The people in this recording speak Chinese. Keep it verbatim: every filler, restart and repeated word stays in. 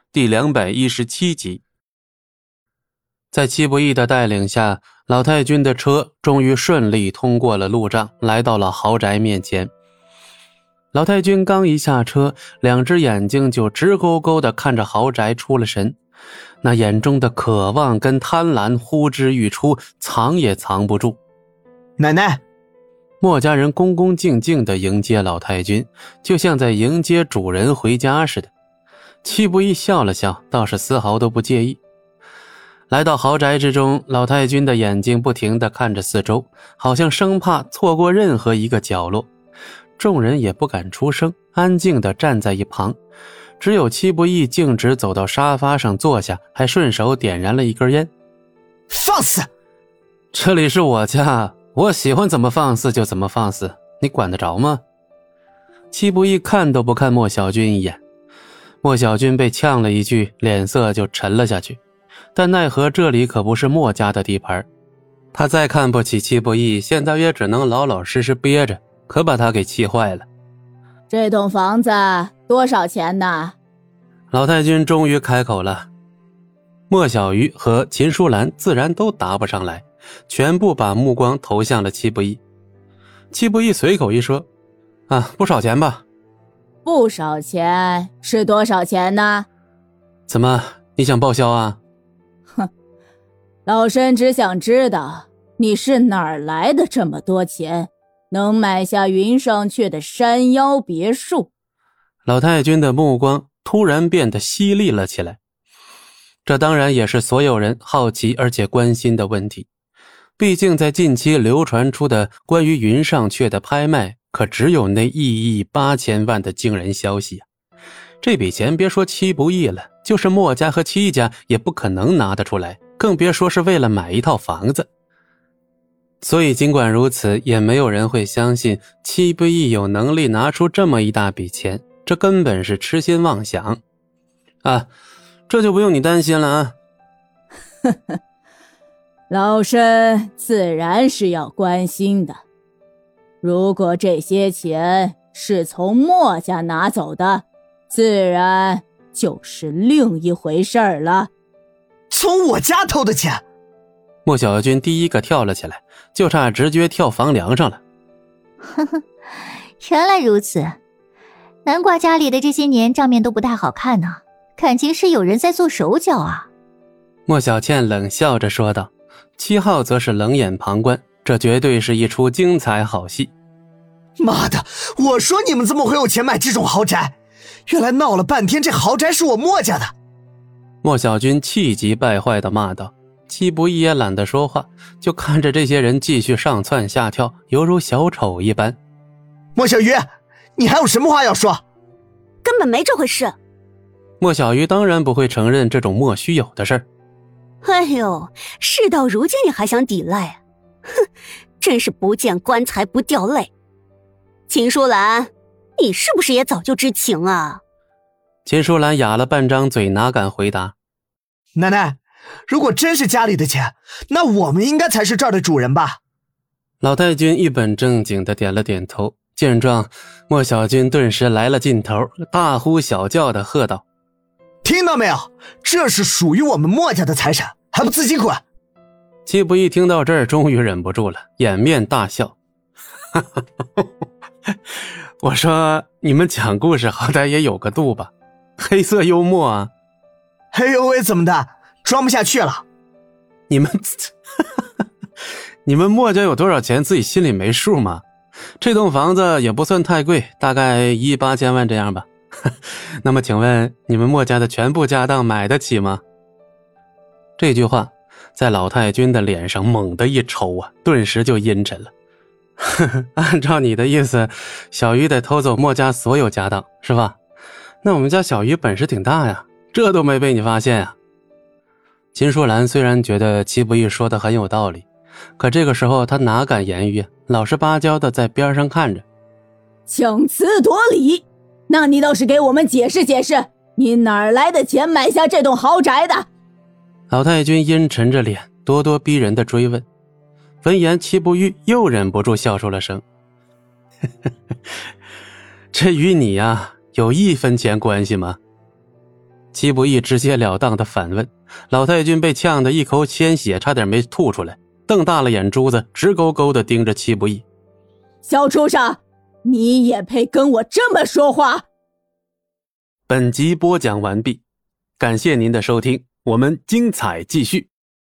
第两百一十七集。在戚不义的带领下，老太君的车终于顺利通过了路障，来到了豪宅面前。老太君刚一下车，两只眼睛就直勾勾地看着豪宅出了神，那眼中的渴望跟贪婪呼之欲出，藏也藏不住。 奶奶！ 墨家人恭恭敬敬地迎接老太君，就像在迎接主人回家似的。戚不义笑了笑，倒是丝毫都不介意。来到豪宅之中，老太君的眼睛不停地看着四周，好像生怕错过任何一个角落。众人也不敢出声，安静地站在一旁。只有戚不义径直走到沙发上坐下，还顺手点燃了一根烟。 放肆！ 这里是我家，我喜欢怎么放肆就怎么放肆，你管得着吗？戚不义看都不看莫小军一眼。莫小军被呛了一句，脸色就沉了下去。但奈何这里可不是莫家的地盘，他再看不起戚不义，现在也只能老老实实憋着，可把他给气坏了。 这栋房子多少钱呢？ 老太君终于开口了。莫小鱼和秦淑兰自然都答不上来，全部把目光投向了戚不义。戚不义随口一说，啊，不少钱吧。 不少钱是多少钱呢？ 怎么，你想报销啊？ 哼，老身只想知道你是哪儿来的这么多钱，能买下云上阙的山腰别墅。 老太君的目光突然变得犀利了起来，这当然也是所有人好奇而且关心的问题。毕竟在近期流传出的关于云上阙的拍卖，可只有那一亿八千万的惊人消息啊！这笔钱别说戚不义了，就是墨家和戚家也不可能拿得出来，更别说是为了买一套房子。所以尽管如此，也没有人会相信戚不义有能力拿出这么一大笔钱，这根本是痴心妄想啊！这就不用你担心了啊。 呵呵，老身自然是要关心的。如果这些钱是从墨家拿走的，自然就是另一回事儿了。 从我家偷的钱？ 莫小军第一个跳了起来，就差直接跳房梁上了。 呵呵，原来如此，难怪家里的这些年账面都不太好看呢，感情是有人在做手脚啊。 莫小倩冷笑着说道，七号则是冷眼旁观，这绝对是一出精彩好戏。 妈的，我说你们怎么会有钱买这种豪宅？原来闹了半天这豪宅是我墨家的。 莫小军气急败坏地骂道。戚不义也懒得说话，就看着这些人继续上蹿下跳，犹如小丑一般。 莫小鱼，你还有什么话要说？ 根本没这回事。 莫小鱼当然不会承认这种莫须有的事儿。 哎呦，事到如今你还想抵赖？哼，真是不见棺材不掉泪。秦淑兰，你是不是也早就知情啊？ 秦淑兰哑了半张嘴，哪敢回答。 奶奶，如果真是家里的钱，那我们应该才是这儿的主人吧？ 老太君一本正经地点了点头。见状，莫小军顿时来了劲头，大呼小叫地喝道： 听到没有？这是属于我们墨家的财产，还不自己滚！ 戚不义听到这儿终于忍不住了，掩面大笑。我说你们讲故事好歹也有个度吧，黑色幽默啊。 哎呦喂，怎么的？装不下去了？ 你们你们墨家有多少钱自己心里没数吗？这栋房子也不算太贵，大概一亿八千万这样吧。那么请问你们墨家的全部家当买得起吗？这句话在老太君的脸上猛地一抽啊，顿时就阴沉了。按照你的意思，小鱼得偷走墨家所有家当是吧？那我们家小鱼本事挺大呀，这都没被你发现啊。秦淑兰虽然觉得戚不义说的很有道理，可这个时候他哪敢言语，老实巴交的在边上看着。 强词夺理，那你倒是给我们解释解释，你哪儿来的钱买下这栋豪宅的？ 老太君阴沉着脸，咄咄逼人的追问。闻言，戚不义又忍不住笑出了声。这与你呀、啊、有一分钱关系吗？ 戚不义直截了当的反问，老太君被呛得一口鲜血差点没吐出来，瞪大了眼珠子，直勾勾的盯着戚不义。 小畜生，你也配跟我这么说话？ 本集播讲完毕，感谢您的收听，我们精彩继续。